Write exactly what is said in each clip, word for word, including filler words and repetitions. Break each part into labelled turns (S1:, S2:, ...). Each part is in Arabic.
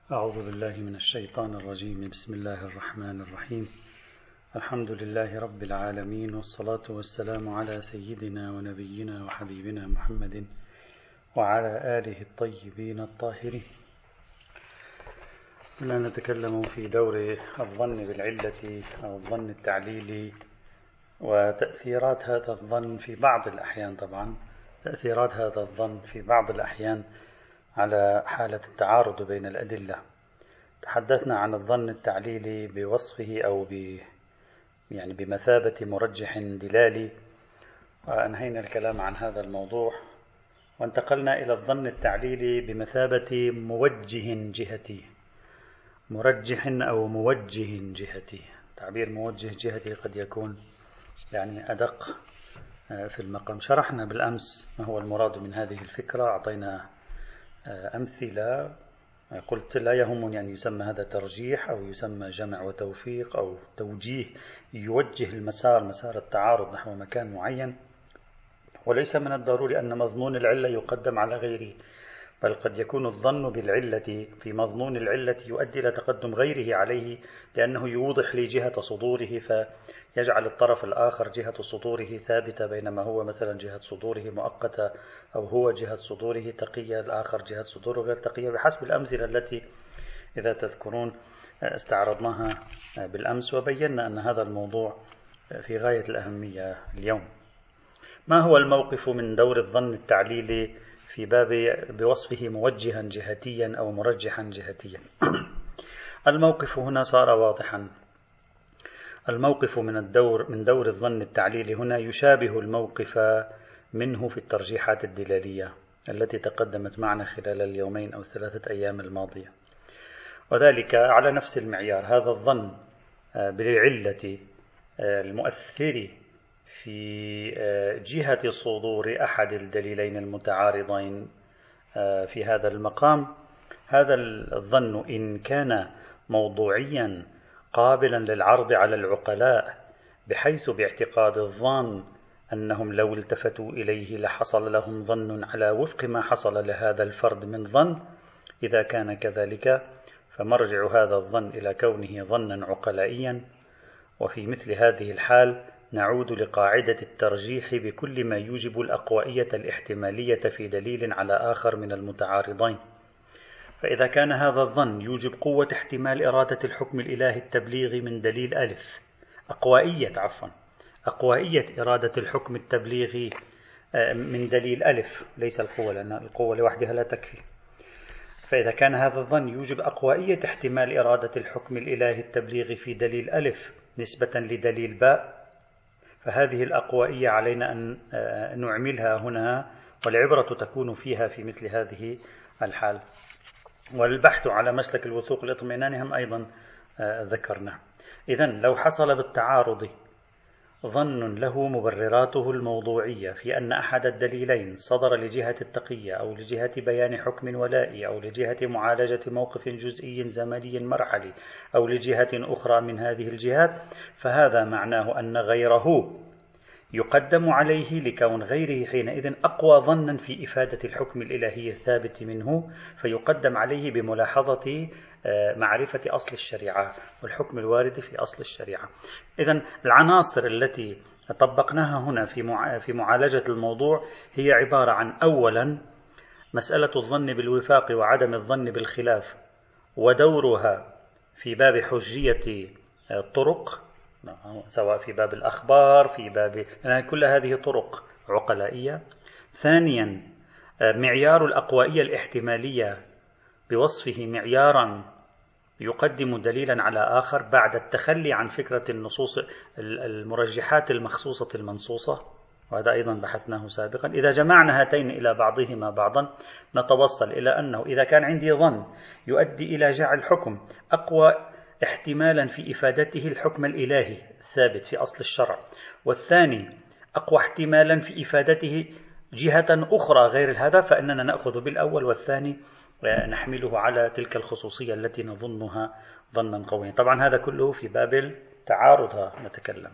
S1: أعوذ بالله من الشيطان الرجيم. بسم الله الرحمن الرحيم. الحمد لله رب العالمين، والصلاة والسلام على سيدنا ونبينا وحبيبنا محمد وعلى آله الطيبين الطاهرين. لا نتكلم في دور الظن بالعلة أو الظن التعليلي وتأثيرات هذا الظن في بعض الأحيان، طبعا تأثيرات هذا الظن في بعض الأحيان على حالة التعارض بين الأدلة. تحدثنا عن الظن التعليلي بوصفه أو ب يعني بمثابة مرجح دلالي، وأنهينا الكلام عن هذا الموضوع، وانتقلنا إلى الظن التعليلي بمثابة موجه جهتي، مرجح أو موجه جهتي. تعبير موجه جهتي قد يكون يعني أدق في المقام. شرحنا بالأمس ما هو المراد من هذه الفكرة، أعطينا أمثلة. قلت لا يهمني أن يسمى هذا ترجيح أو يسمى جمع وتوفيق أو توجيه، يوجه المسار مسار التعارض نحو مكان معين، وليس من الضروري أن مضمون العلة يقدم على غيره، بل قد يكون الظن بالعلة في مضمون العلة يؤدي إلى تقدم غيره عليه، لأنه يوضح لي جهة صدوره فيجعل الطرف الآخر جهة صدوره ثابتة، بينما هو مثلا جهة صدوره مؤقتة، أو هو جهة صدوره تقية، الآخر جهة صدوره غير تقية، بحسب الأمثلة التي إذا تذكرون استعرضناها بالأمس، وبينا أن هذا الموضوع في غاية الأهمية اليوم. ما هو الموقف من دور الظن التعليلي في باب بوصفه موجها جهتيا أو مرجحا جهتيا؟ الموقف هنا صار واضحا. الموقف من الدور من دور الظن التعليلي هنا يشابه الموقف منه في الترجيحات الدلالية التي تقدمت معنا خلال اليومين أو الثلاثة أيام الماضية، وذلك على نفس المعيار. هذا الظن بالعلة المؤثر في جهة صدور أحد الدليلين المتعارضين في هذا المقام، هذا الظن إن كان موضوعيا قابلا للعرض على العقلاء، بحيث باعتقاد الظان أنهم لو التفتوا إليه لحصل لهم ظن على وفق ما حصل لهذا الفرد من ظن، إذا كان كذلك فمرجع هذا الظن إلى كونه ظنا عقلائيا، وفي مثل هذه الحال نعود لقاعدة الترجيح بكل ما يوجب الأقوائية الاحتمالية في دليل على آخر من المتعارضين. فإذا كان هذا الظن يوجب قوة احتمال إرادة الحكم الإلهي التبليغي من دليل ألف، أقوائية عفوا أقوائية إرادة الحكم التبليغي من دليل ألف، ليس القوة، لأن القوة لوحدها لا تكفي. فإذا كان هذا الظن يوجب أقوائية احتمال إرادة الحكم الإلهي التبليغي في دليل ألف نسبة لدليل باء، فهذه الأقوائية علينا أن نعملها هنا، والعبرة تكون فيها في مثل هذه الحال. والبحث على مسلك الوثوق الاطمئنان هم أيضا ذكرنا. إذن لو حصل بالتعارض ظن له مبرراته الموضوعية في أن أحد الدليلين صدر لجهة التقية أو لجهة بيان حكم ولائي أو لجهة معالجة موقف جزئي زمني مرحلي أو لجهة أخرى من هذه الجهات، فهذا معناه أن غيره يقدم عليه لكون غيره حينئذ أقوى ظنا في إفادة الحكم الإلهي الثابت منه، فيقدم عليه بملاحظة معرفة أصل الشريعة والحكم الوارد في أصل الشريعة. إذن العناصر التي طبقناها هنا في في معالجة الموضوع هي عبارة عن: أولا مسألة الظن بالوفاق وعدم الظن بالخلاف ودورها في باب حجية الطرق، سواء في باب الأخبار في باب يعني كل هذه طرق عقلائية. ثانيا معيار الأقوائية الاحتمالية بوصفه معيارا يقدم دليلا على آخر بعد التخلي عن فكرة النصوص المرجحات المخصوصة المنصوصة، وهذا أيضا بحثناه سابقا. إذا جمعنا هاتين إلى بعضهما بعضا نتوصل إلى أنه إذا كان عندي ظن يؤدي إلى جعل الحكم أقوى احتمالا في إفادته الحكم الإلهي الثابت في أصل الشرع، والثاني أقوى احتمالا في إفادته جهة أخرى غير هذا، فإننا نأخذ بالأول والثاني نحمله على تلك الخصوصية التي نظنها ظنا قويا. طبعا هذا كله في باب التعارض نتكلم.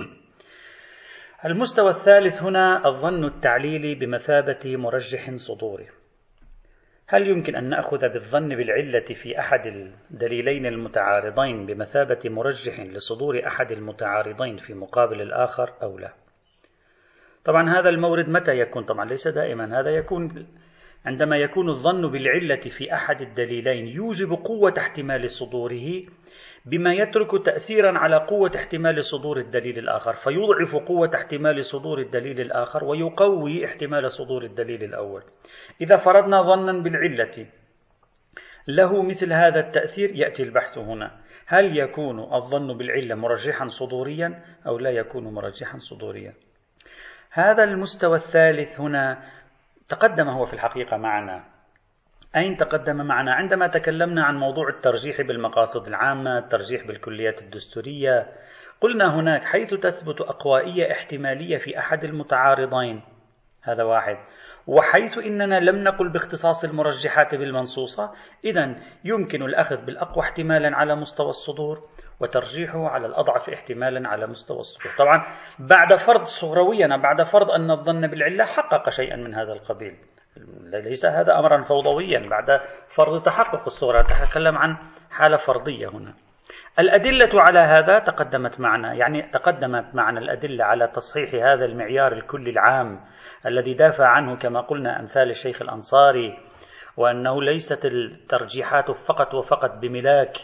S1: المستوى الثالث هنا الظن التعليلي بمثابة مرجح صدوري. هل يمكن أن نأخذ بالظن بالعلة في أحد الدليلين المتعارضين بمثابة مرجح لصدور أحد المتعارضين في مقابل الآخر أو لا؟ طبعا هذا المورد متى يكون؟ طبعا ليس دائما، هذا يكون عندما يكون الظن بالعلة في أحد الدليلين يوجب قوة احتمال صدوره بما يترك تأثيرا على قوة احتمال صدور الدليل الآخر، فيضعف قوة احتمال صدور الدليل الآخر ويقوي احتمال صدور الدليل الأول. إذا فرضنا ظنا بالعلة له مثل هذا التأثير، يأتي البحث هنا: هل يكون الظن بالعلة مرجحا صدوريا أو لا يكون مرجحا صدوريا؟ هذا المستوى الثالث هنا تقدم هو في الحقيقة معنا. أين تقدم معنا؟ عندما تكلمنا عن موضوع الترجيح بالمقاصد العامة، الترجيح بالكليات الدستورية، قلنا هناك حيث تثبت أقوائية احتمالية في أحد المتعارضين، هذا واحد، وحيث إننا لم نقل باختصاص المرجحات بالمنصوصة، إذن يمكن الأخذ بالأقوى احتمالا على مستوى الصدور وترجيحه على الأضعف احتمالا على مستوى الصدور. طبعا بعد فرض صغرويا، بعد فرض أن الظن بالعلة حقق شيئا من هذا القبيل، ليس هذا أمرا فوضويا، بعد فرض تحقق الصغرى، نتكلم عن حالة فرضية هنا. الأدلة على هذا تقدمت معنا، يعني تقدمت معنا الأدلة على تصحيح هذا المعيار الكلي العام الذي دافع عنه كما قلنا أمثال الشيخ الأنصاري، وأنه ليست الترجيحات فقط وفقط بملاك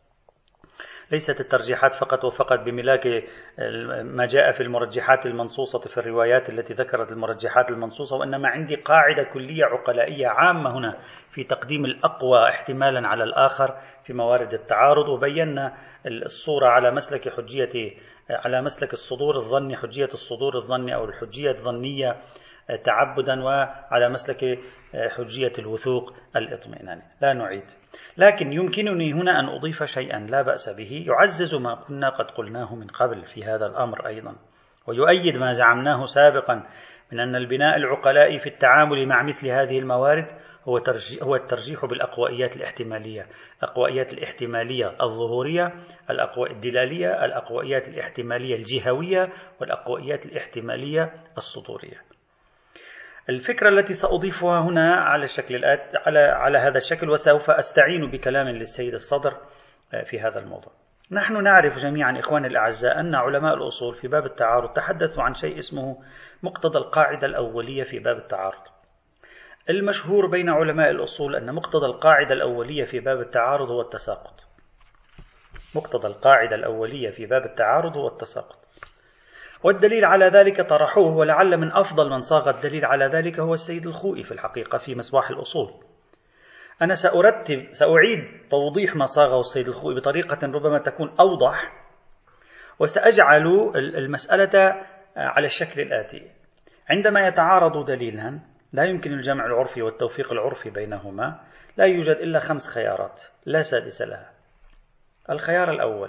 S1: ليست الترجيحات فقط وفقط بملاك ما جاء في المرجحات المنصوصة في الروايات التي ذكرت المرجحات المنصوصة، وإنما عندي قاعدة كلية عقلائية عامة هنا في تقديم الأقوى احتمالا على الآخر في موارد التعارض. وبينا الصورة على مسلك حجية على مسلك الصدور الظني، حجية الصدور الظني أو الحجية الظنية تعبدا، وعلى مسلك حجية الوثوق الاطمئناني. لا نعيد، لكن يمكنني هنا أن أضيف شيئا لا بأس به يعزز ما كنا قد قلناه من قبل في هذا الأمر أيضا، ويؤيد ما زعمناه سابقا من أن البناء العقلائي في التعامل مع مثل هذه الموارد هو هو الترجيح بالأقوائيات الاحتمالية، الأقوائيات الاحتمالية الظهورية، الأقوى الدلالية، الأقوائيات الاحتمالية الجهوية، والأقوائيات الاحتمالية الصدورية. الفكرة التي سأضيفها هنا على الشكل الآتي، على على هذا الشكل، وسوف أستعين بكلام للسيد الصدر في هذا الموضوع. نحن نعرف جميعا إخواني الأعزاء أن علماء الأصول في باب التعارض تحدثوا عن شيء اسمه مقتضى القاعدة الأولية في باب التعارض. المشهور بين علماء الأصول أن مقتضى القاعدة الأولية في باب التعارض هو التساقط. مقتضى القاعدة الأولية في باب التعارض هو التساقط، والدليل على ذلك طرحوه، ولعل من أفضل من صاغ الدليل على ذلك هو السيد الخوئي في الحقيقة في مصباح الأصول. أنا سأرتب سأعيد توضيح ما صاغه السيد الخوئي بطريقة ربما تكون أوضح، وسأجعل المسألة على الشكل الآتي: عندما يتعارض دليلان لا يمكن الجمع العرفي والتوفيق العرفي بينهما، لا يوجد إلا خمس خيارات لا سادس لها. الخيار الأول،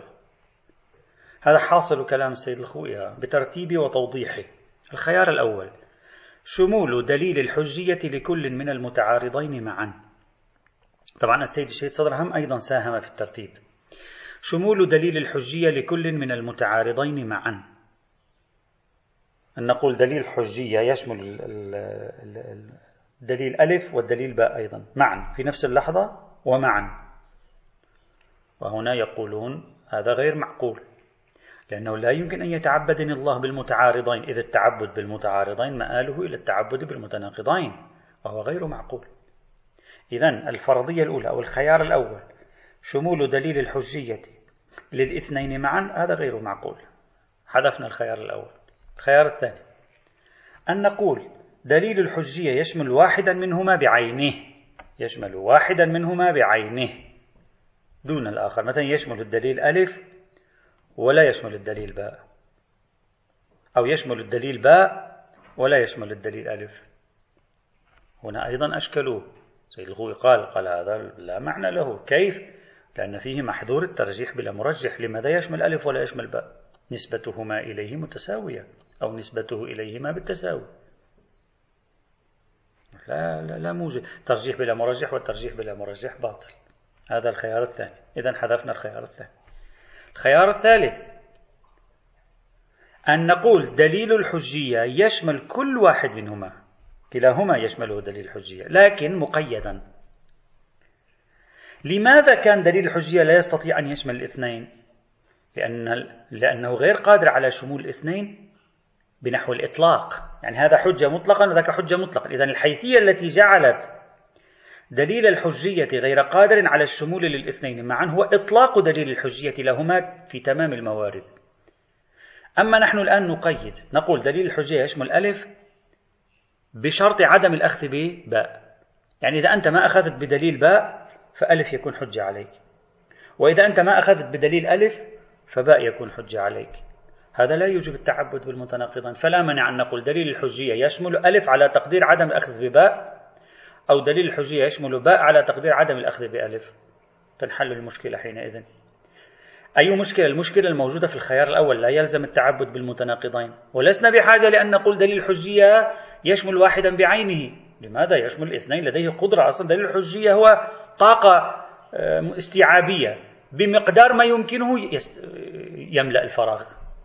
S1: هذا حاصل كلام السيد الخوئي بترتيبه وتوضيحه. الخيار الأول: شمول دليل الحجية لكل من المتعارضين معا. طبعا السيد الشهيد صدر هم أيضا ساهم في الترتيب. شمول دليل الحجية لكل من المتعارضين معا، أن نقول دليل الحجية يشمل الدليل ألف والدليل باء أيضا معا في نفس اللحظة ومعا. وهنا يقولون هذا غير معقول، لأنه لا يمكن أن يتعبدني الله بالمتعارضين، إذ التعبد بالمتعارضين مآله إلى التعبد بالمتناقضين، وهو غير معقول. إذن الفرضية الأولى أو الخيار الأول شمول دليل الحجية للاثنين معا، هذا غير معقول، حذفنا الخيار الأول. الخيار الثاني أن نقول دليل الحجية يشمل واحدا منهما بعينه، يشمل واحدا منهما بعينه دون الآخر، مثلا يشمل الدليل ألف ولا يشمل الدليل باء، أو يشمل الدليل باء ولا يشمل الدليل ألف. هنا أيضا أشكلوا. سيد الخوئي قال قال هذا لا معنى له. كيف؟ لأن فيه محذور الترجيح بلا مرجح. لماذا يشمل ألف ولا يشمل باء؟ نسبتهما إليه متساوية، أو نسبته إليهما بالتساوي. لا لا لا موجود ترجيح بلا مرجح، والترجيح بلا مرجح باطل. هذا الخيار الثاني. إذن حذفنا الخيار الثاني. الخيار الثالث أن نقول دليل الحجية يشمل كل واحد منهما، كلاهما يشمله دليل الحجية، لكن مقيدا. لماذا كان دليل الحجية لا يستطيع أن يشمل الاثنين؟ لأن لأنه غير قادر على شمول الاثنين بنحو الإطلاق، يعني هذا حجة مطلقا وذاك حجة مطلقا. إذن الحيثية التي جعلت دليل الحجية غير قادر على الشمول للاثنين معا هو إطلاق دليل الحجية لهما في تمام الموارد. أما نحن الآن نقيد، نقول دليل الحجية يشمل ألف بشرط عدم الأخذ بباء، يعني إذا أنت ما أخذت بدليل باء فألف يكون حجة عليك، وإذا أنت ما أخذت بدليل ألف فباء يكون حجة عليك. هذا لا يوجب التعبد بالمتناقضين، فلا مانع أن نقول دليل الحجية يشمل ألف على تقدير عدم الأخذ بباء، أو دليل الحجية يشمل باء على تقدير عدم الأخذ بألف. تنحل المشكلة حينئذ. أي مشكلة؟ المشكلة الموجودة في الخيار الأول، لا يلزم التعبد بالمتناقضين، ولسنا بحاجة لأن نقول دليل الحجية يشمل واحدا بعينه. لماذا يشمل الاثنين؟ لديه قدرة. أصلا دليل الحجية هو طاقة استيعابية بمقدار ما يمكنه يملأ الفراغ.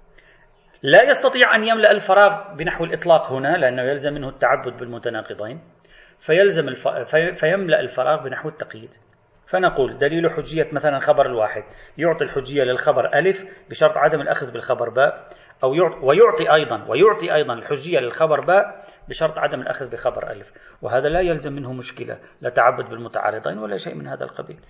S1: لا يستطيع أن يملأ الفراغ بنحو الإطلاق هنا لأنه يلزم منه التعبد بالمتناقضين، فيلزم الف... في... فيملأ الفراغ بنحو التقييد. فنقول دليل حجية مثلا خبر الواحد يعطي الحجية للخبر ألف بشرط عدم الأخذ بالخبر باء، أو يعطي ويعطي أيضا ويعطي أيضا الحجية للخبر باء بشرط عدم الأخذ بخبر ألف، وهذا لا يلزم منه مشكلة، لا تعبد بالمتعارضين ولا شيء من هذا القبيل.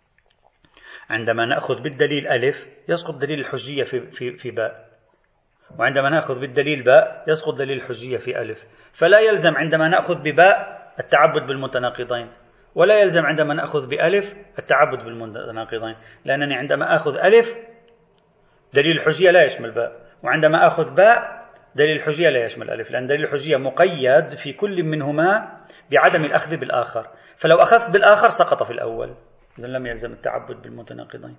S1: عندما نأخذ بالدليل ألف يسقط دليل الحجية في, في, في باء، وعندما نأخذ بالدليل باء يسقط دليل الحجية في ألف. فلا يلزم عندما نأخذ بباء التعبد بالمتناقضين، ولا يلزم عندما نأخذ بألف التعبد بالمتناقضين، لأنني عندما أخذ ألف دليل الحجية لا يشمل باء، وعندما أخذ باء دليل الحجية لا يشمل ألف، لأن دليل الحجية مقيد في كل منهما بعدم الأخذ بالآخر، فلو أخذت بالآخر سقط في الأول، إذن لم يلزم التعبد بالمتناقضين.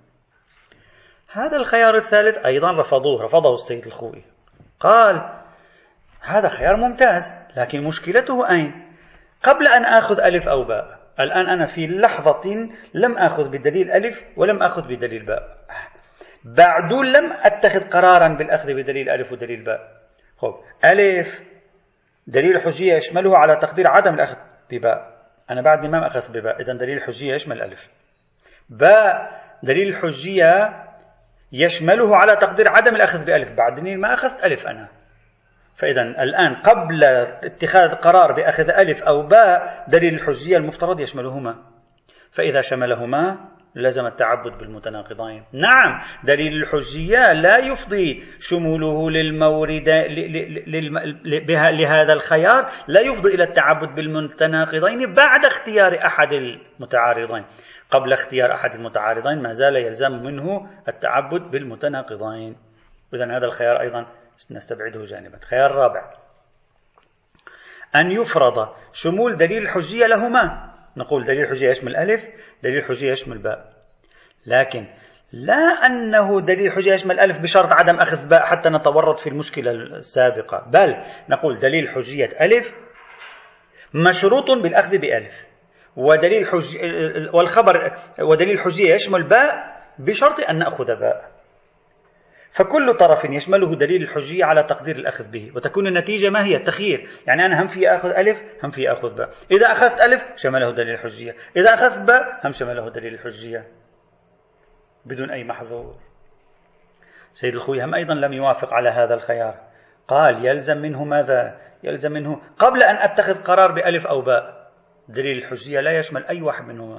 S1: هذا الخيار الثالث أيضا رفضوه رفضه السيد الخوئي، قال هذا خيار ممتاز، لكن مشكلته أين؟ قبل أن أخذ ألف أو باء، الآن أنا في لحظة لم أخذ بدليل ألف ولم أخذ بدليل باء، بعد لم أتخذ قرارا بالأخذ بدليل ألف ودليل باء. خب ألف دليل الحجية يشمله على تقدير عدم الأخذ بباء، أنا بعدني ما أخذ بباء، إذن دليل الحجية يشمل ألف. باء دليل الحجية يشمله على تقدير عدم الأخذ بألف، بعدني ما أخذت ألف أنا، فإذا الآن قبل اتخاذ قرار بأخذ ألف أو باء دليل الحجية المفترض يشملهما، فإذا شملهما لزم التعبد بالمتناقضين. نعم دليل الحجية لا يفضي شموله للمورد لهذا الخيار لا يفضي إلى التعبد بالمتناقضين بعد اختيار أحد المتعارضين، قبل اختيار أحد المتعارضين ما زال يلزم منه التعبد بالمتناقضين. إذن هذا الخيار أيضا نستبعده جانبا. خيار رابع أن يفرض شمول دليل الحجية لهما، نقول دليل الحجية يشمل ألف دليل الحجية يشمل باء، لكن لا أنه دليل الحجية يشمل ألف بشرط عدم أخذ باء حتى نتورط في المشكلة السابقة، بل نقول دليل الحجية ألف مشروط بالأخذ بألف، ودليل الحج... والخبر ودليل الحجية يشمل باء بشرط أن نأخذ باء، فكل طرف يشمله دليل الحجية على تقدير الأخذ به، وتكون النتيجة ما هي؟ التخيير، يعني أنا هم في أخذ ألف هم في أخذ باء، إذا أخذت ألف شمله دليل الحجية، إذا أخذت باء هم شمله دليل الحجية بدون أي محظور. سيد الخوئي هم أيضا لم يوافق على هذا الخيار، قال يلزم منه ماذا؟ يلزم منه قبل أن أتخذ قرار بألف أو باء دليل الحجية لا يشمل أي واحد منهما،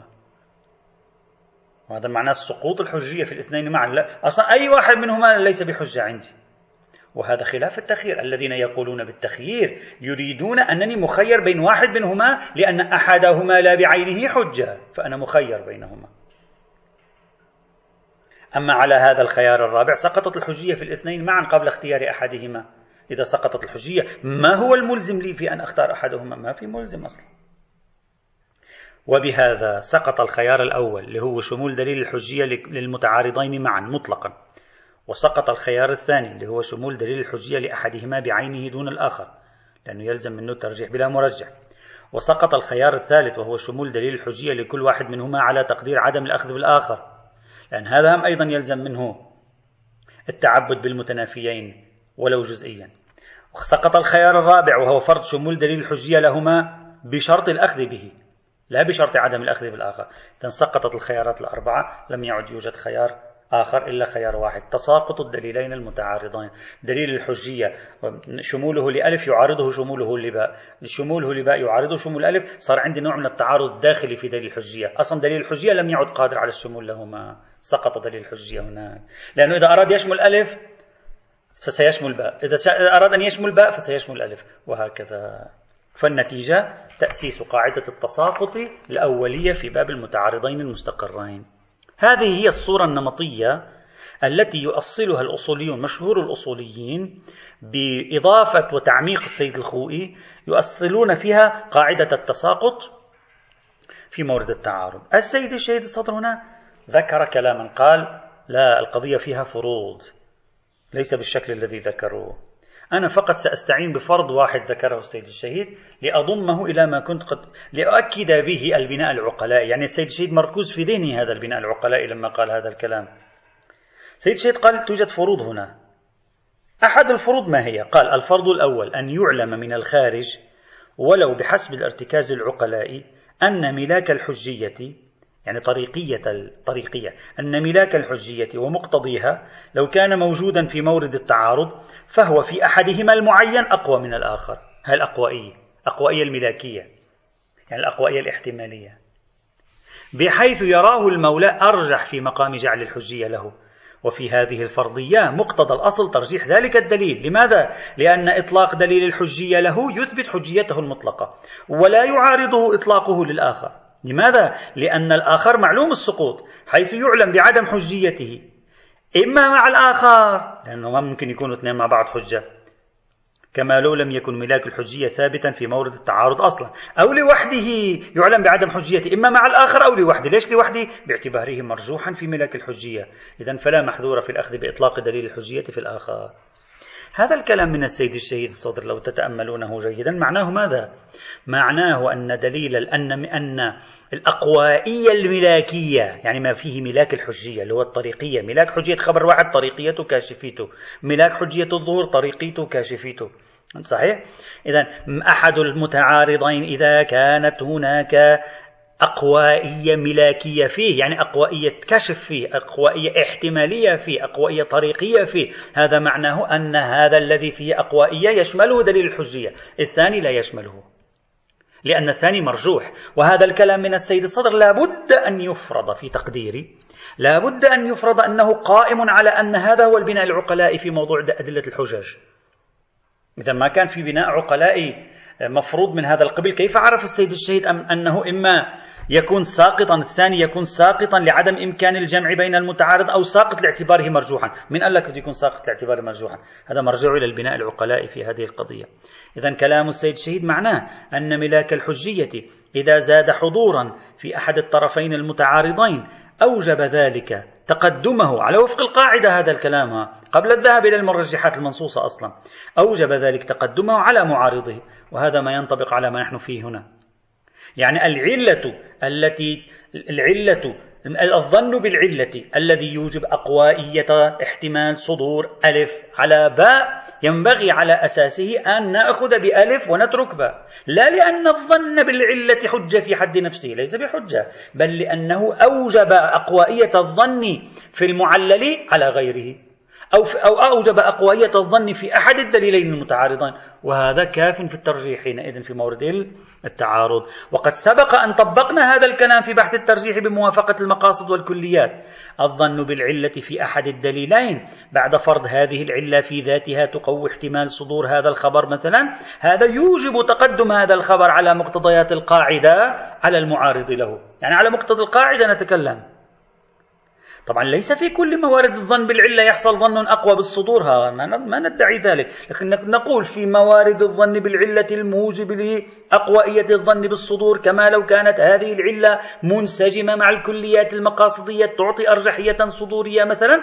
S1: وهذا معناه سقوط الحجية في الاثنين معا، لا أصلا أي واحد منهما ليس بحجة عندي، وهذا خلاف التخيير. الذين يقولون بالتخيير يريدون أنني مخير بين واحد منهما لأن أحدهما لا بعينه حجة فأنا مخير بينهما. أما على هذا الخيار الرابع سقطت الحجية في الاثنين معا قبل اختيار أحدهما. إذا سقطت الحجية ما هو الملزم لي في أن أختار أحدهما؟ ما في ملزم أصلا. وبهذا سقط الخيار الأول اللي هو شمول دليل الحجية للمتعارضين معا مطلقا، وسقط الخيار الثاني اللي هو شمول دليل الحجية لأحدهما بعينه دون الآخر لأنه يلزم منه الترجيح بلا مرجح، وسقط الخيار الثالث وهو شمول دليل الحجية لكل واحد منهما على تقدير عدم الأخذ بالآخر، لأن هذا هم أيضا يلزم منه التعبد بالمتنافيين ولو جزئيا. وسقط الخيار الرابع وهو فرض شمول دليل الحجية لهما بشرط الأخذ به، لا بشرط عدم الأخذ بالآخر. إذا سقطت الخيارات الأربعة لم يعد يوجد خيار آخر إلا خيار واحد، تساقط الدليلين المتعارضين. دليل الحجية شموله لألف يعارضه شموله لباء، شموله لباء يعارضه شمول ألف، صار عندي نوع من التعارض الداخلي في دليل الحجية. أصلا دليل الحجية لم يعد قادر على الشمول لهما، سقط دليل الحجية هناك، لأنه إذا أراد يشمل ألف فسيشمل باء، إذا أراد أن يشمل باء فسيشمل ألف، وهكذا. فالنتيجة تأسيس قاعدة التساقط الأولية في باب المتعارضين المستقرين. هذه هي الصورة النمطية التي يؤصلها الأصوليون، مشهور الأصوليين بإضافة وتعميق السيد الخوئي، يؤصلون فيها قاعدة التساقط في مورد التعارض. السيد الشهيد الصدر هنا ذكر كلاما، قال لا، القضية فيها فروض ليس بالشكل الذي ذكروه. أنا فقط سأستعين بفرض واحد ذكره السيد الشهيد لأضمه إلى ما كنت قد لأؤكد به البناء العقلائي. يعني السيد الشهيد مركوز في ذهني هذا البناء العقلائي لما قال هذا الكلام. السيد الشهيد قال توجد فروض هنا. أحد الفروض ما هي؟ قال الفرض الأول أن يعلم من الخارج ولو بحسب الارتكاز العقلائي أن ملاك الحجية، يعني طريقية الطريقية، أن ملاك الحجية ومقتضيها لو كان موجودا في مورد التعارض فهو في أحدهما المعين أقوى من الآخر. هذه الأقوائية، أقوائية الملاكية، يعني الأقوائية الاحتمالية، بحيث يراه المولى أرجح في مقام جعل الحجية له. وفي هذه الفرضية مقتضى الأصل ترجيح ذلك الدليل. لماذا؟ لأن إطلاق دليل الحجية له يثبت حجيته المطلقة ولا يعارضه إطلاقه للآخر. لماذا؟ لأن الآخر معلوم السقوط، حيث يعلم بعدم حجيته إما مع الآخر، لأنه ما ممكن يكونوا اثنين مع بعض حجة، كما لو لم يكن ملاك الحجية ثابتا في مورد التعارض أصلا، أو لوحده يعلم بعدم حجيته إما مع الآخر أو لوحده. ليش لوحده؟ باعتباره مرجوحا في ملاك الحجية، إذن فلا محذور في الأخذ بإطلاق دليل الحجية في الآخر. هذا الكلام من السيد الشهيد الصدر لو تتأملونه جيدا معناه ماذا؟ معناه أن دليل أن أن الأقوائية الملاكية، يعني ما فيه ملاك الحجية اللي هو الطريقية، ملاك حجية خبر واحد طريقيته كاشفيته، ملاك حجية الظهور طريقيته كاشفيته، صحيح؟ إذن أحد المتعارضين إذا كانت هناك أقوائية ملاكية فيه، يعني أقوائية كشف فيه، أقوائية احتمالية فيه، أقوائية طريقية فيه، هذا معناه أن هذا الذي فيه أقوائية يشمله دليل الحجية، الثاني لا يشمله لأن الثاني مرجوح. وهذا الكلام من السيد الصدر لابد أن يفرض في تقديري، لابد أن يفرض أنه قائم على أن هذا هو البناء العقلائي في موضوع أدلة الحجج. إذا ما كان في بناء عقلائي مفروض من هذا القبيل، كيف عرف السيد الشهيد أنه إما يكون ساقطا، الثاني يكون ساقطا لعدم إمكان الجمع بين المتعارض، أو ساقط لاعتباره مرجوحا؟ من قال لك بده يكون ساقط لاعتباره مرجوحا؟ هذا مرجع إلى البناء العقلائي في هذه القضية. إذن كلام السيد الشهيد معناه أن ملاك الحجية إذا زاد حضورا في أحد الطرفين المتعارضين أوجب ذلك تقدمه على وفق القاعدة، هذا الكلام قبل الذهاب إلى المرجحات المنصوصة أصلا، أوجب ذلك تقدمه على معارضه، وهذا ما ينطبق على ما نحن فيه هنا. يعني العلة التي العلة الظن بالعلة الذي يوجب أقوائية احتمال صدور ألف على باء ينبغي على أساسه أن نأخذ بألف ونترك باء، لا لأن الظن بالعلة حجة في حد نفسه، ليس بحجة، بل لأنه أوجب أقوائية الظن في المعلل على غيره، أو, أو أوجب أقوائية الظن في أحد الدليلين المتعارضين، وهذا كاف في الترجيح حينئذ في مورد التعارض. وقد سبق أن طبقنا هذا الكلام في بحث الترجيح بموافقة المقاصد والكليات. الظن بالعلة في أحد الدليلين بعد فرض هذه العلة في ذاتها تقوي احتمال صدور هذا الخبر مثلا، هذا يوجب تقدم هذا الخبر على مقتضيات القاعدة على المعارض له، يعني على مقتضى القاعدة نتكلم. طبعا ليس في كل موارد الظن بالعلة يحصل ظن أقوى بالصدور، ما ندعي ذلك، لكن نقول في موارد الظن بالعلة الموجب لأقوائية الظن بالصدور، كما لو كانت هذه العلة منسجمة مع الكليات المقاصدية تعطي أرجحية صدورية مثلا،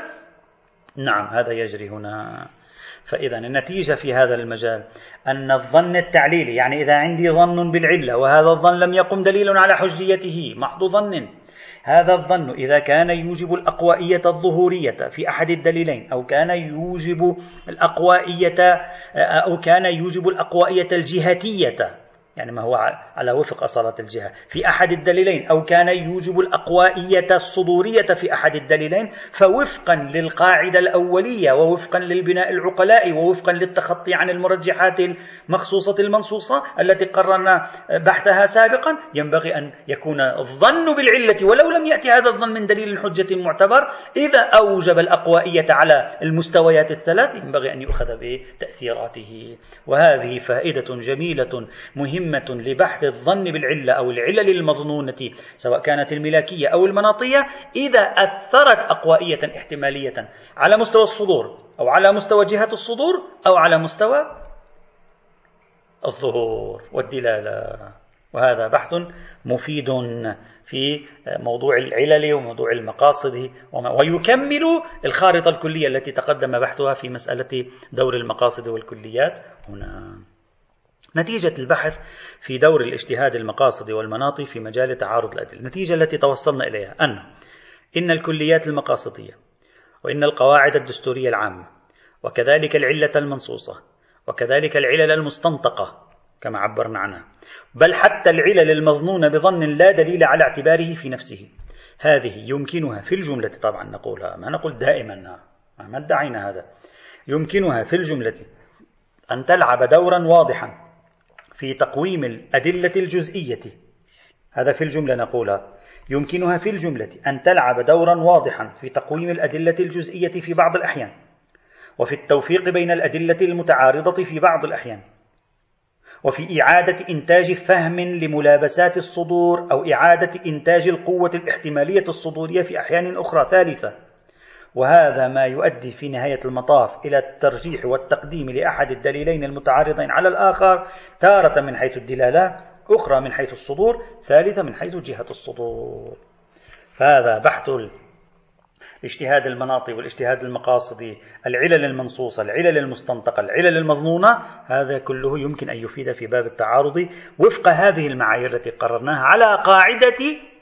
S1: نعم هذا يجري هنا. فإذا النتيجة في هذا المجال أن الظن التعليلي، يعني إذا عندي ظن بالعلة وهذا الظن لم يقم دليل على حجيته، محض ظن، هذا الظن إذا كان يوجب الأقوائية الظهورية في أحد الدليلين، أو كان يوجب الأقوائية أو كان يوجب الأقوائية الجهتية يعني ما هو على وفق أصالة الجهة في أحد الدليلين، أو كان يوجب الأقوائية الصدورية في أحد الدليلين، فوفقا للقاعدة الأولية ووفقا للبناء العقلاء ووفقا للتخطي عن المرجحات المخصوصة المنصوصة التي قررنا بحثها سابقا، ينبغي أن يكون الظن بالعلة ولو لم يأتي هذا الظن من دليل حجة معتبر، إذا أوجب الأقوائية على المستويات الثلاث ينبغي أن يؤخذ بتأثيراته. وهذه فائدة جميلة مهمة لبحث الظن بالعلة أو العلل المظنونة سواء كانت الملاكية أو المناطية، إذا أثرت أقوائية احتمالية على مستوى الصدور أو على مستوى جهة الصدور أو على مستوى الظهور والدلالة. وهذا بحث مفيد في موضوع العلل وموضوع المقاصد، ويكمل الخارطة الكلية التي تقدم بحثها في مسألة دور المقاصد والكليات هنا. نتيجة البحث في دور الاجتهاد المقاصد والمناطي في مجال تعارض الأدلة، النتيجة التي توصلنا إليها أن إن الكليات المقاصدية وإن القواعد الدستورية العامة وكذلك العلة المنصوصة وكذلك العلل المستنطقة كما عبرنا عنها، بل حتى العلل المظنونة بظن لا دليل على اعتباره في نفسه، هذه يمكنها في الجملة، طبعا نقولها ما نقول دائما ما ادعينا هذا، يمكنها في الجملة أن تلعب دورا واضحا في تقويم الأدلة الجزئية. هذا في الجملة نقولها، يمكنها في الجملة أن تلعب دورا واضحا في تقويم الأدلة الجزئية في بعض الأحيان، وفي التوفيق بين الأدلة المتعارضة في بعض الأحيان، وفي إعادة إنتاج فهم لملابسات الصدور أو إعادة إنتاج القوة الاحتمالية الصدورية في أحيان أخرى ثالثة. وهذا ما يؤدي في نهاية المطاف إلى الترجيح والتقديم لأحد الدليلين المتعارضين على الآخر، تارة من حيث الدلالة، أخرى من حيث الصدور، ثالثة من حيث جهة الصدور. فهذا بحث الاجتهاد المناطي والاجتهاد المقاصدي، العلل المنصوصة، العلل المستنطقة، العلل المظنونة، هذا كله يمكن أن يفيد في باب التعارض وفق هذه المعايير التي قررناها على قاعدة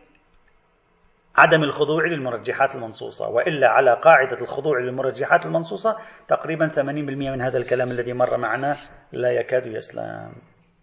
S1: عدم الخضوع للمرجحات المنصوصة. وإلا على قاعدة الخضوع للمرجحات المنصوصة تقريبا ثمانين بالمئة من هذا الكلام الذي مر معنا لا يكاد يسلم.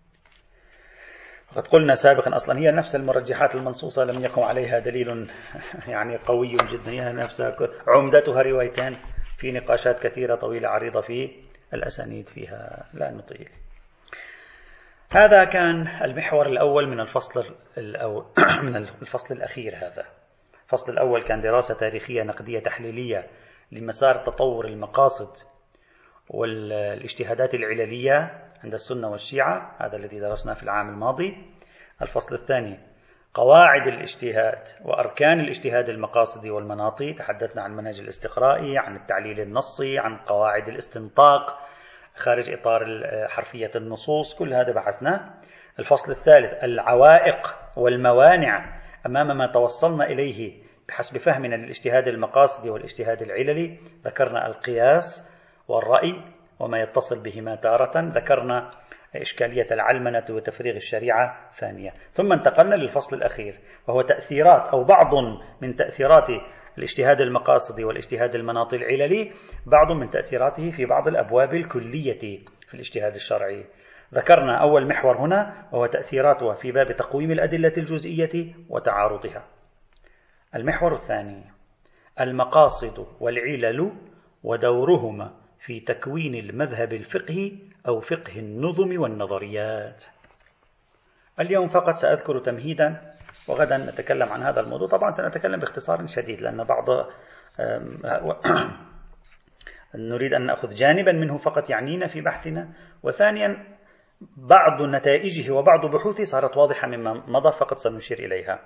S1: وقد قلنا سابقا أصلا هي نفس المرجحات المنصوصة لم يقم عليها دليل يعني قوي جدا، هي نفسها عمدتها روايتين في نقاشات كثيرة طويلة عريضة في الأسانيد فيها، لا نطيل. هذا كان المحور الأول من الفصل الأول من الفصل الأخير. هذا الفصل الأول كان دراسة تاريخية نقدية تحليلية لمسار تطور المقاصد والاجتهادات العللية عند السنة والشيعة، هذا الذي درسناه في العام الماضي. الفصل الثاني قواعد الاجتهاد وأركان الاجتهاد المقاصدي والمناطي، تحدثنا عن منهج الاستقرائي، عن التعليل النصي، عن قواعد الاستنطاق خارج إطار حرفية النصوص، كل هذا بحثناه. الفصل الثالث العوائق والموانع أمام ما توصلنا إليه بحسب فهمنا للاجتهاد المقاصدي والاجتهاد العللي، ذكرنا القياس والرأي وما يتصل بهما تارة، ذكرنا إشكالية العلمنة وتفريغ الشريعة ثانية، ثم انتقلنا للفصل الأخير وهو تأثيرات أو بعض من تأثيرات الاجتهاد المقاصدي والاجتهاد المناطي العللي، بعض من تأثيراته في بعض الأبواب الكلية في الاجتهاد الشرعي. ذكرنا أول محور هنا وهو تأثيراتها في باب تقويم الأدلة الجزئية وتعارضها. المحور الثاني المقاصد والعلل ودورهما في تكوين المذهب الفقهي أو فقه النظم والنظريات. اليوم فقط سأذكر تمهيدا، وغدا نتكلم عن هذا الموضوع. طبعا سنتكلم باختصار شديد لأن بعض نريد أن نأخذ جانبا منه فقط يعنينا في بحثنا، وثانيا بعض نتائجه وبعض بحوثه صارت واضحة مما مضى فقط سنشير إليها.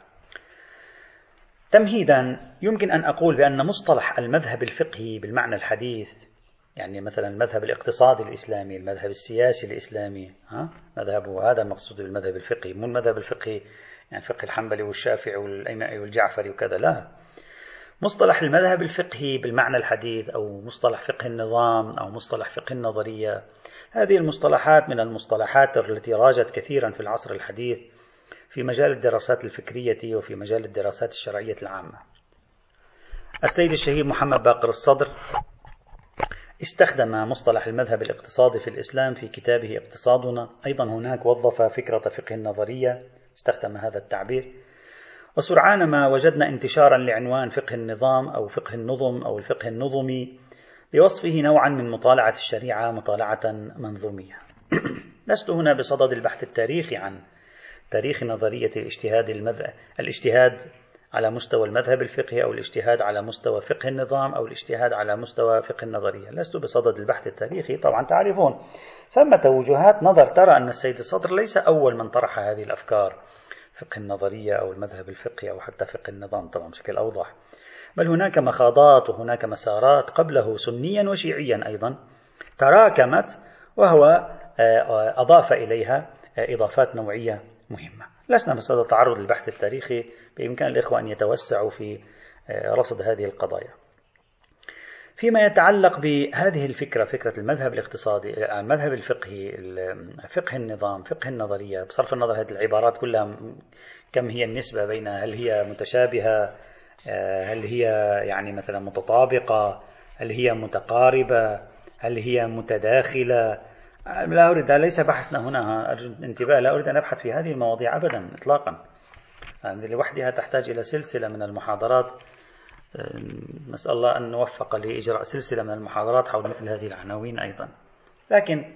S1: تمهيدا يمكن أن أقول بأن مصطلح المذهب الفقهي بالمعنى الحديث، يعني مثلا المذهب الاقتصادي الإسلامي، المذهب السياسي الإسلامي، ها مذهبه هذا المقصود بالمذهب الفقهي، مو المذهب الفقهي يعني فقه الحنبلي والشافعي والأيمعي والجعفري وكذا، لا. مصطلح المذهب الفقهي بالمعنى الحديث أو مصطلح فقه النظام أو مصطلح فقه النظرية، هذه المصطلحات من المصطلحات التي راجت كثيرا في العصر الحديث في مجال الدراسات الفكرية وفي مجال الدراسات الشرعية العامة. السيد الشهيد محمد باقر الصدر استخدم مصطلح المذهب الاقتصادي في الإسلام في كتابه اقتصادنا. أيضا هناك وظف فكرة فقه النظرية، استخدم هذا التعبير. وسرعان ما وجدنا انتشارا لعنوان فقه النظام أو فقه النظم أو الفقه النظمي بوصفه نوعا من مطالعة الشريعة مطالعة منظومية. لست هنا بصدد البحث التاريخي عن تاريخ نظرية الاجتهاد المذهب الاجتهاد على مستوى المذهب الفقهي أو الاجتهاد على مستوى فقه النظام أو الاجتهاد على مستوى فقه النظرية. لست بصدد البحث التاريخي. طبعا تعرفون ثمة وجهات نظر ترى أن السيد الصدر ليس أول من طرح هذه الأفكار، فقه النظرية أو المذهب الفقهي أو حتى فقه النظام طبعا بشكل أوضح، بل هناك مخاضات وهناك مسارات قبله سنيا وشيعيا أيضا تراكمت، وهو أضاف إليها إضافات نوعية مهمة. لسنا بصدد التعرض للبحث التاريخي، بإمكان الإخوة أن يتوسعوا في رصد هذه القضايا. فيما يتعلق بهذه الفكرة، فكرة المذهب الاقتصادي، المذهب الفقهي، فقه النظام، فقه النظرية، بصرف النظر هذه العبارات كلها كم هي النسبة بين هل هي متشابهة، هل هي يعني مثلا متطابقة، هل هي متقاربة، هل هي متداخلة، لا أريد، ليس بحثنا هنا، أرجو الانتباه، لا أريد أن أبحث في هذه المواضيع أبدا إطلاقا. يعني لوحدها تحتاج إلى سلسلة من المحاضرات، نسأل الله أن نوفق لإجراء سلسلة من المحاضرات حول مثل هذه العناوين أيضا. لكن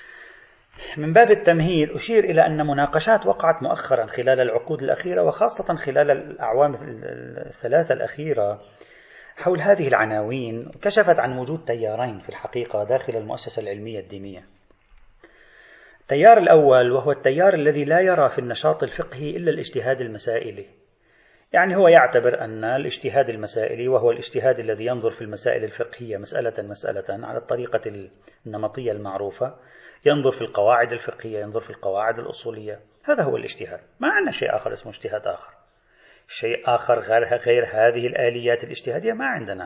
S1: من باب التمهيد أشير إلى أن مناقشات وقعت مؤخرا خلال العقود الأخيرة وخاصة خلال الأعوام الثلاثة الأخيرة حول هذه العناوين كشفت عن وجود تيارين في الحقيقة داخل المؤسسة العلمية الدينية. التيار الأول وهو التيار الذي لا يرى في النشاط الفقهي إلا الاجتهاد المسائلي، يعني هو يعتبر أن الاجتهاد المسائلي وهو الاجتهاد الذي ينظر في المسائل الفقهية مسألة مسألة على الطريقة النمطية المعروفة، ينظر في القواعد الفقهية، ينظر في القواعد الأصولية، هذا هو الاجتهاد. ما عندنا شيء آخر اسمه اجتهاد آخر، شيء آخر غير, غير هذه الآليات الاجتهادية ما عندنا.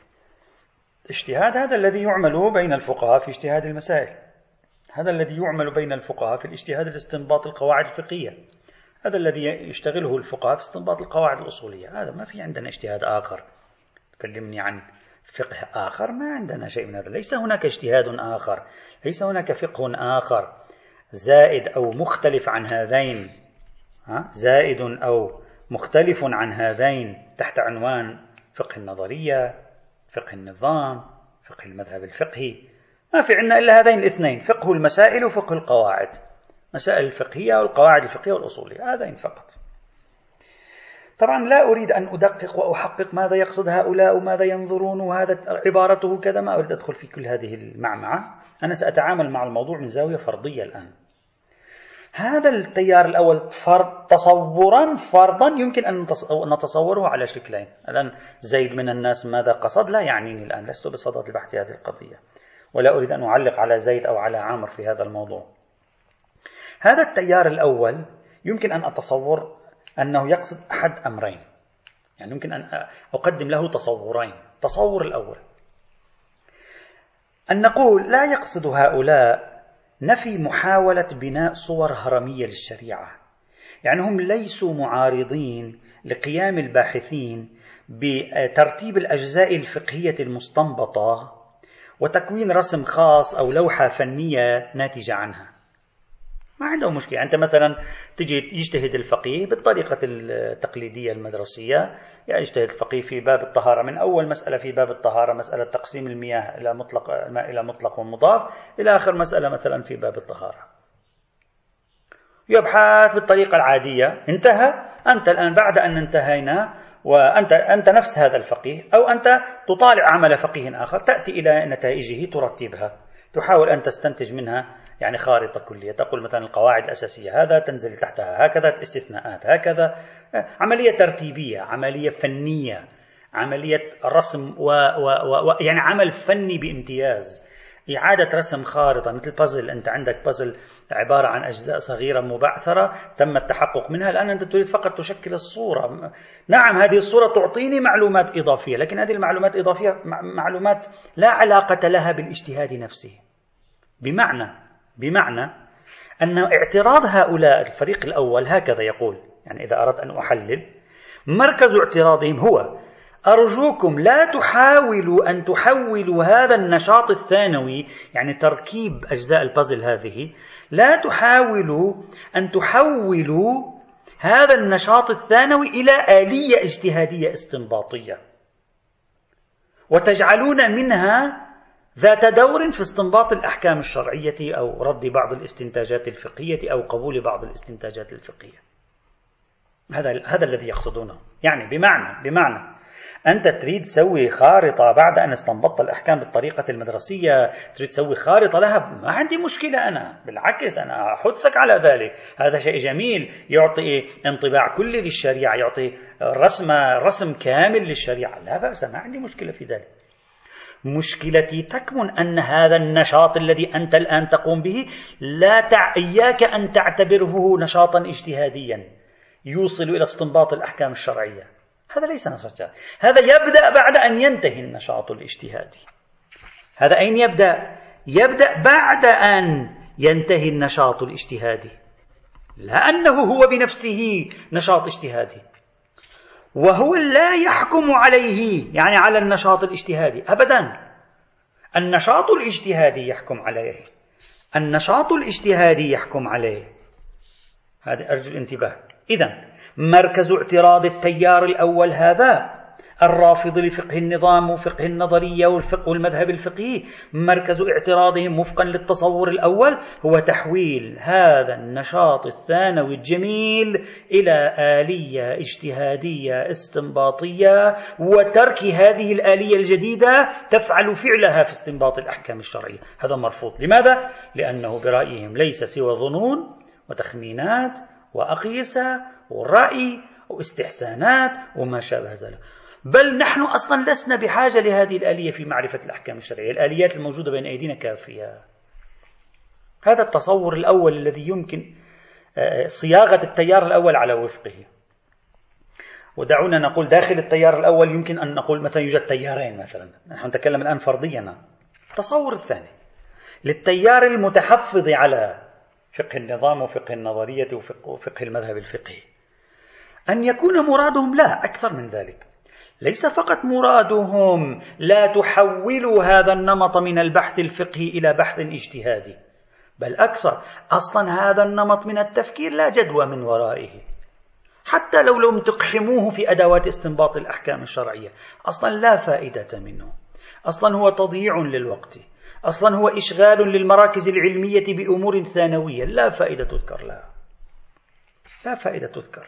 S1: الاجتهاد هذا الذي يعمل بين الفقهاء في اجتهاد المسائل، هذا الذي يعمل بين الفقهاء في الاجتهاد الاستنباط القواعد الفقهية، هذا الذي يشتغله الفقهاء في استنباط القواعد الأصولية. هذا ما في عندنا اجتهاد آخر. تكلمني عن فقه آخر، ما عندنا شيء من هذا. ليس هناك اجتهاد آخر، ليس هناك فقه آخر زائد أو مختلف عن هذين، زائد أو مختلف عن هذين تحت عنوان فقه النظرية، فقه النظام، فقه المذهب الفقهي. ما في عندنا إلا هذين الاثنين، فقه المسائل وفقه القواعد، مسائل الفقهية والقواعد الفقهية والأصولية، هذين فقط. طبعا لا أريد أن أدقق وأحقق ماذا يقصد هؤلاء وماذا ينظرون وهذا عبارته كذا، ما أريد أدخل في كل هذه المعمعة. أنا سأتعامل مع الموضوع من زاوية فرضية الآن. هذا التيار الأول فرض تصورا فرضا يمكن أن نتصوره على شكلين. الآن زيد من الناس ماذا قصد لا يعنيني الآن، لست بصدد البحث في هذه القضية، ولا أريد أن أعلق على زيد أو على عامر في هذا الموضوع. هذا التيار الأول يمكن أن أتصور أنه يقصد أحد أمرين، يعني يمكن أن أقدم له تصورين. تصور الأول أن نقول لا يقصد هؤلاء نفي محاولة بناء صور هرمية للشريعة، يعني هم ليسوا معارضين لقيام الباحثين بترتيب الأجزاء الفقهية المستنبطة وتكوين رسم خاص أو لوحة فنية ناتجة عنها. ما عنده مشكلة. أنت مثلا تجي يجتهد الفقيه بالطريقة التقليدية المدرسية، يعني يجتهد الفقيه في باب الطهارة من أول مسألة في باب الطهارة، مسألة تقسيم المياه إلى مطلق الماء إلى مطلق ومضاف، إلى آخر مسألة مثلا في باب الطهارة، يبحث بالطريقة العادية. انتهى. أنت الآن بعد أن انتهينا وأنت أنت نفس هذا الفقيه أو أنت تطالع عمل فقيه آخر، تأتي إلى نتائجه ترتبها، تحاول أن تستنتج منها يعني خارطة كلية. تقول مثلا القواعد الأساسية هذا تنزل تحتها هكذا، الاستثناءات هكذا. عملية ترتيبية، عملية فنية، عملية رسم و... و... و... يعني عمل فني بامتياز. إعادة رسم خارطة مثل بازل، أنت عندك بازل عبارة عن أجزاء صغيرة مبعثرة تم التحقق منها، الآن أنت تريد فقط تشكل الصورة. نعم هذه الصورة تعطيني معلومات إضافية، لكن هذه المعلومات الإضافية معلومات لا علاقة لها بالاجتهاد نفسه. بمعنى بمعنى أن اعتراض هؤلاء الفريق الأول هكذا يقول، يعني إذا أردت أن أحلل، مركز اعتراضهم هو أرجوكم لا تحاولوا أن تحولوا هذا النشاط الثانوي، يعني تركيب أجزاء البازل هذه، لا تحاولوا أن تحولوا هذا النشاط الثانوي إلى آلية اجتهادية استنباطية وتجعلون منها ذات دور في استنباط الأحكام الشرعية أو رد بعض الاستنتاجات الفقهية أو قبول بعض الاستنتاجات الفقهية. هذا هذا الذي يقصدونه. يعني بمعنى بمعنى أنت تريد تسوي خارطة بعد أن استنبطت الأحكام بالطريقة المدرسية، تريد تسوي خارطة لها، ما عندي مشكلة، أنا بالعكس أنا أحثك على ذلك، هذا شيء جميل يعطي انطباع كلي للشريعة، يعطي رسم رسم كامل للشريعة، لا بأس، ما عندي مشكلة في ذلك. مشكلتي تكمن أن هذا النشاط الذي أنت الآن تقوم به لا تع... إياك أن تعتبره نشاطا اجتهاديا يوصل إلى استنباط الأحكام الشرعية. هذا ليس نشاط، هذا يبدأ بعد أن ينتهي النشاط الاجتهادي. هذا أين يبدأ؟ يبدأ بعد أن ينتهي النشاط الاجتهادي، لأنه هو بنفسه نشاط اجتهادي، وهو لا يحكم عليه، يعني على النشاط الاجتهادي أبدا. النشاط الاجتهادي يحكم عليه، النشاط الاجتهادي يحكم عليه. هذا أرجو الانتباه. إذن مركز اعتراض التيار الأول هذا الرافض لفقه النظام وفقه النظرية والفقه والمذهب الفقهي، مركز اعتراضهم وفقا للتصور الأول هو تحويل هذا النشاط الثانوي الجميل إلى آلية اجتهادية استنباطية، وترك هذه الآلية الجديدة تفعل فعلها في استنباط الأحكام الشرعية. هذا مرفوض. لماذا؟ لأنه برأيهم ليس سوى ظنون وتخمينات وأقيسة ورأي واستحسانات وما شابه ذلك. بل نحن أصلا لسنا بحاجة لهذه الآلية في معرفة الأحكام الشرعية، الآليات الموجودة بين أيدينا كافية. هذا التصور الأول الذي يمكن صياغة التيار الأول على وفقه. ودعونا نقول داخل التيار الأول يمكن أن نقول مثلا يوجد تيارين، مثلا نحن نتكلم الآن فرضيا. التصور الثاني للتيار المتحفظ على فقه النظام وفقه النظرية وفقه المذهب الفقهي أن يكون مرادهم لا أكثر من ذلك. ليس فقط مرادهم لا تحولوا هذا النمط من البحث الفقهي إلى بحث اجتهادي، بل أكثر، أصلا هذا النمط من التفكير لا جدوى من ورائه، حتى لو لم تقحموه في أدوات استنباط الأحكام الشرعية، أصلا لا فائدة منه، أصلا هو تضييع للوقت، أصلا هو إشغال للمراكز العلمية بأمور ثانوية لا فائدة تذكر لها، لا فائدة تذكر.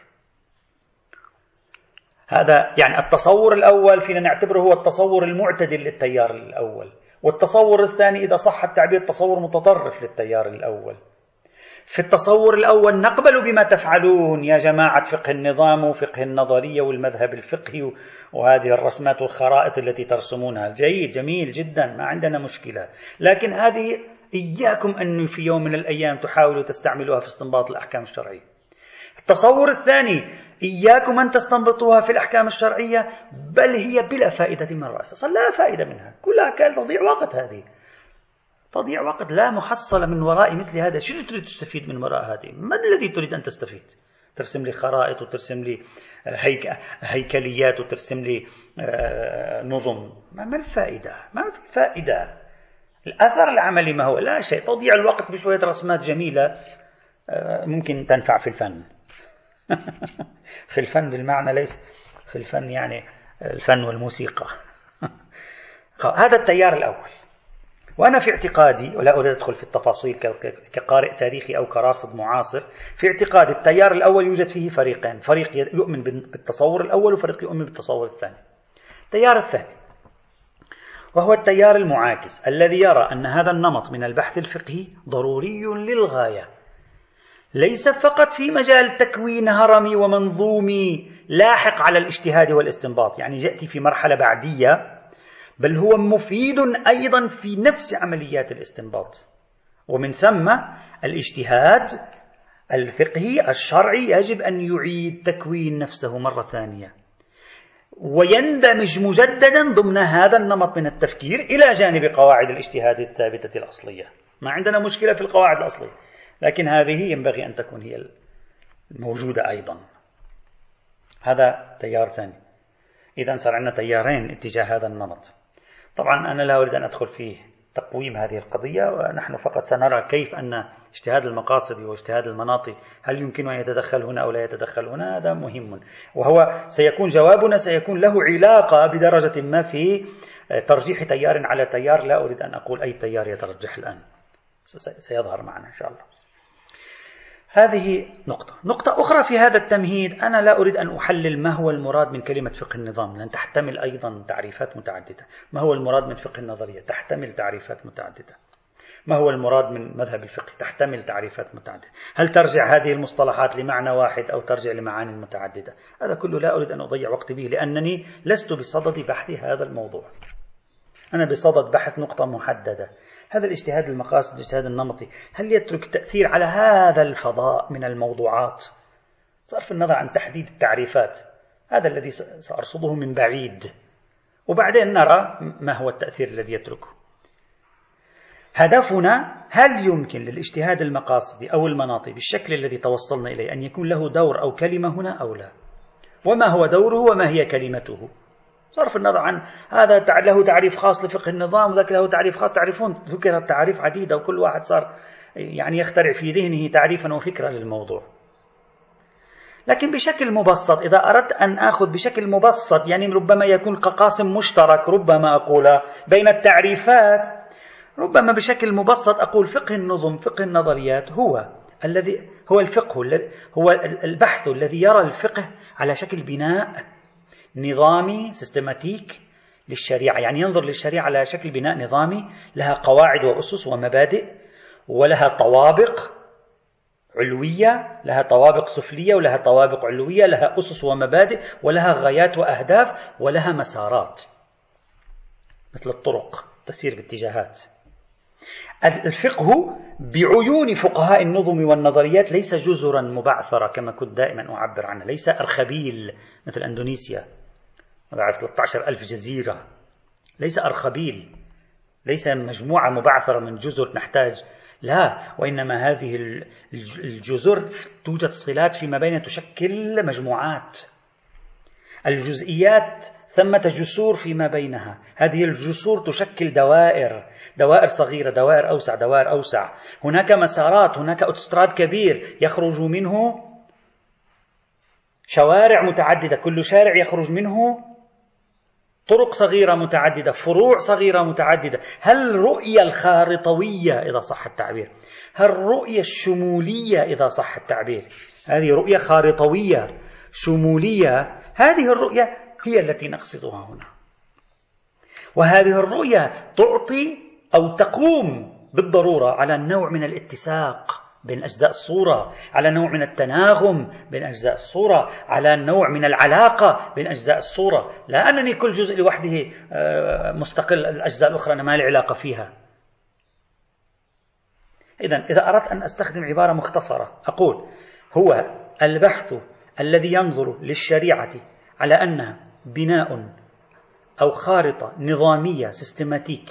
S1: هذا يعني التصور الأول فينا نعتبره هو التصور المعتدل للتيار الأول، والتصور الثاني إذا صح التعبير تصور متطرف للتيار الأول. في التصور الأول نقبل بما تفعلون يا جماعة فقه النظام وفقه النظرية والمذهب الفقهي وهذه الرسمات والخرائط التي ترسمونها، جيد جميل جدا، ما عندنا مشكلة، لكن هذه إياكم أن في يوم من الأيام تحاولوا تستعملوها في استنباط الأحكام الشرعية. التصور الثاني إياكم أن تستنبطوها في الأحكام الشرعية، بل هي بلا فائدة من رأسها، لا فائدة منها، كلها كانت تضيع وقت، هذه تضيع وقت لا محصل من وراء مثل هذا. شو تريد تستفيد من وراء هذه؟ ما الذي تريد أن تستفيد؟ ترسم لي خرائط وترسم لي هيك... هيكليات وترسم لي نظم، ما الفائدة؟ ما في فائدة. الأثر العملي ما هو؟ لا شيء، تضيع الوقت بشوية رسمات جميلة ممكن تنفع في الفن. في الفن بالمعنى ليس في الفن يعني الفن والموسيقى. هذا التيار الأول. وأنا في اعتقادي، ولا أريد أدخل في التفاصيل كقارئ تاريخي أو كراصد معاصر، في اعتقاد التيار الأول يوجد فيه فريقين، فريق يؤمن بالتصور الأول وفريق يؤمن بالتصور الثاني. التيار الثاني وهو التيار المعاكس الذي يرى أن هذا النمط من البحث الفقهي ضروري للغاية، ليس فقط في مجال تكوين هرمي ومنظومي لاحق على الاجتهاد والاستنباط، يعني يأتي في مرحلة بعدية، بل هو مفيد أيضا في نفس عمليات الاستنباط. ومن ثم الاجتهاد الفقهي الشرعي يجب أن يعيد تكوين نفسه مرة ثانية ويندمج مجددا ضمن هذا النمط من التفكير إلى جانب قواعد الاجتهاد الثابتة الأصلية. ما عندنا مشكلة في القواعد الأصلية، لكن هذه ينبغي أن تكون هي الموجودة أيضا. هذا تيار ثاني. إذا صار عندنا تيارين اتجاه هذا النمط. طبعا أنا لا أريد أن أدخل في تقويم هذه القضية، ونحن فقط سنرى كيف أن اجتهاد المقاصد واجتهاد المناطق هل يمكن أن يتدخل هنا أو لا يتدخل هنا، هذا مهم، وهو سيكون جوابنا سيكون له علاقة بدرجة ما في ترجيح تيار على تيار. لا أريد أن أقول أي تيار يترجح الآن، سيظهر معنا إن شاء الله. هذه نقطة. نقطة أخرى في هذا التمهيد، أنا لا أريد أن أحلل ما هو المراد من كلمة فقه النظام، لأن تحتمل أيضا تعريفات متعددة. ما هو المراد من فقه النظرية؟ تحتمل تعريفات متعددة. ما هو المراد من مذهب الفقه؟ تحتمل تعريفات متعددة. هل ترجع هذه المصطلحات لمعنى واحد أو ترجع لمعاني متعددة؟ هذا كله لا أريد أن أضيع وقتي به، لأنني لست بصدد بحث هذا الموضوع. أنا بصدد بحث نقطة محددة. هذا الاجتهاد المقاصد الاجتهاد النمطي هل يترك تأثير على هذا الفضاء من الموضوعات؟ صرف النظر عن تحديد التعريفات، هذا الذي سأرصده من بعيد، وبعدين نرى ما هو التأثير الذي يتركه. هدفنا هل يمكن للاجتهاد المقاصدي أو المناطي بالشكل الذي توصلنا إليه أن يكون له دور أو كلمة هنا أو لا؟ وما هو دوره وما هي كلمته؟ صرف النظر عن هذا له تعريف خاص لفقه النظام وذاك له تعريف خاص. تعرفون ذكرت تعريف عديدة وكل واحد صار يعني يخترع في ذهنه تعريفا وفكرة للموضوع. لكن بشكل مبسط، إذا أردت أن أخذ بشكل مبسط يعني ربما يكون كقاسم مشترك ربما أقول بين التعريفات، ربما بشكل مبسط أقول فقه النظم فقه النظريات هو الذي هو الفقه هو البحث الذي يرى الفقه على شكل بناء نظامي سيستماتيك للشريعة، يعني ينظر للشريعة على شكل بناء نظامي لها قواعد وأسس ومبادئ ولها طوابق علوية، لها طوابق سفلية ولها طوابق علوية، لها أسس ومبادئ ولها غايات وأهداف ولها مسارات مثل الطرق تسير باتجاهات. الفقه بعيون فقهاء النظم والنظريات ليس جزرا مبعثرة كما كنت دائما أعبر عنها، ليس أرخبيل مثل أندونيسيا بعد ثلاثة عشر ألف جزيرة، ليس أرخبيل، ليس مجموعة مبعثرة من جزر نحتاج، لا، وإنما هذه الجزر توجد صلات فيما بين تشكل مجموعات، الجزئيات ثمة جسور فيما بينها، هذه الجسور تشكل دوائر، دوائر صغيرة دوائر أوسع دوائر أوسع، هناك مسارات، هناك أوتوستراد كبير يخرج منه شوارع متعددة، كل شارع يخرج منه طرق صغيرة متعددة، فروع صغيرة متعددة. هل الرؤية الخارطوية إذا صح التعبير، هل الرؤية الشمولية إذا صح التعبير، هذه رؤية خارطوية شمولية، هذه الرؤية هي التي نقصدها هنا. وهذه الرؤية تعطي أو تقوم بالضرورة على نوع من الاتساق بين أجزاء الصورة، على نوع من التناغم بين أجزاء الصورة، على نوع من العلاقة بين أجزاء الصورة، لا أنني كل جزء لوحده مستقل، الأجزاء الأخرى أنا ما لي علاقة فيها. إذن إذا أردت أن أستخدم عبارة مختصرة أقول هو البحث الذي ينظر للشريعة على أنها بناء أو خارطة نظامية سيستماتيك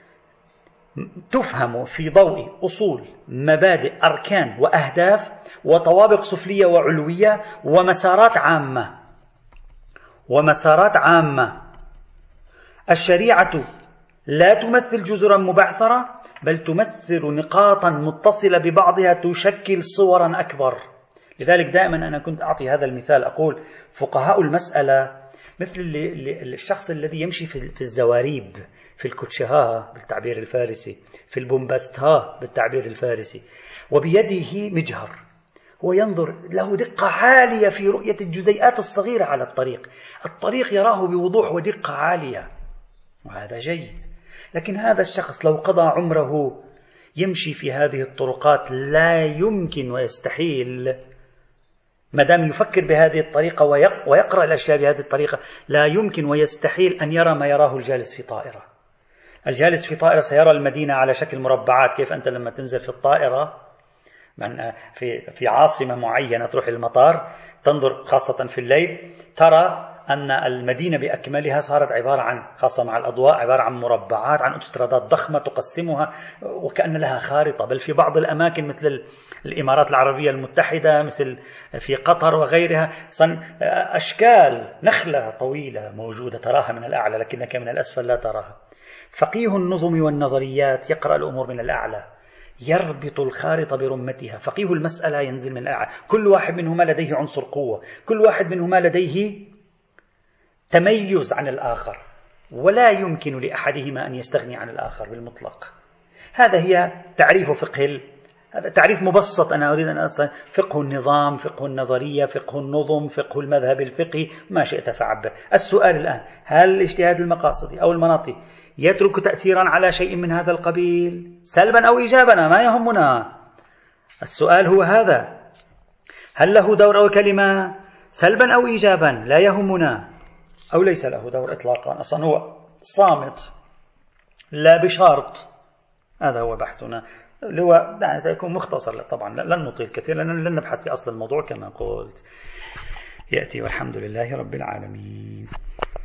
S1: تفهم في ضوء أصول مبادئ أركان وأهداف وطوابق سفلية وعلوية ومسارات عامة ومسارات عامة. الشريعة لا تمثل جزرا مبعثرة، بل تمثل نقاطا متصلة ببعضها تشكل صورا أكبر. لذلك دائما أنا كنت أعطي هذا المثال، أقول فقهاء المسألة مثل الشخص الذي يمشي في الزواريب، في الكوتشها بالتعبير الفارسي، في البومباستها بالتعبير الفارسي، وبيده مجهر وينظر، له دقة عالية في رؤية الجزيئات الصغيرة على الطريق، الطريق يراه بوضوح ودقة عالية، وهذا جيد. لكن هذا الشخص لو قضى عمره يمشي في هذه الطرقات لا يمكن ويستحيل، ما دام يفكر بهذه الطريقة ويقرأ الأشياء بهذه الطريقة، لا يمكن ويستحيل أن يرى ما يراه الجالس في طائرة. الجالس في طائرة سيرى المدينة على شكل مربعات، كيف أنت لما تنزل في الطائرة من في في عاصمة معينة تروح المطار تنظر خاصة في الليل ترى أن المدينة بأكملها صارت عبارة عن، خاصة مع الأضواء، عبارة عن مربعات، عن أوتوسترادات ضخمة تقسمها وكأن لها خارطة. بل في بعض الأماكن مثل الإمارات العربية المتحدة، مثل في قطر وغيرها، أشكال نخلة طويلة موجودة تراها من الأعلى لكنك من الأسفل لا تراها. فقيه النظم والنظريات يقرأ الأمور من الأعلى، يربط الخارطة برمتها. فقيه المسألة ينزل من الأعلى، كل واحد منهما لديه عنصر قوة، كل واحد منهما لديه تميز عن الآخر، ولا يمكن لأحدهما أن يستغني عن الآخر بالمطلق. هذا هي تعريف فقه، هذا تعريف مبسط. أنا أريد أن أصل فقه النظام، فقه النظرية، فقه النظم، فقه المذهب الفقهي، ما شئت فعبر. السؤال الآن، هل الاجتهاد المقاصدي أو المناطي يترك تأثيرا على شيء من هذا القبيل سلبا أو إيجابا؟ ما يهمنا. السؤال هو هذا، هل له دور أو كلمة سلبا أو إيجابا؟ لا يهمنا. أو ليس له دور إطلاقا، أصلا هو صامت لا بشرط. هذا هو بحثنا، اللي هو يعني سيكون مختصر طبعا، لن نطيل كثير لأن لن نبحث في أصل الموضوع كما قلت. يأتي والحمد لله رب العالمين.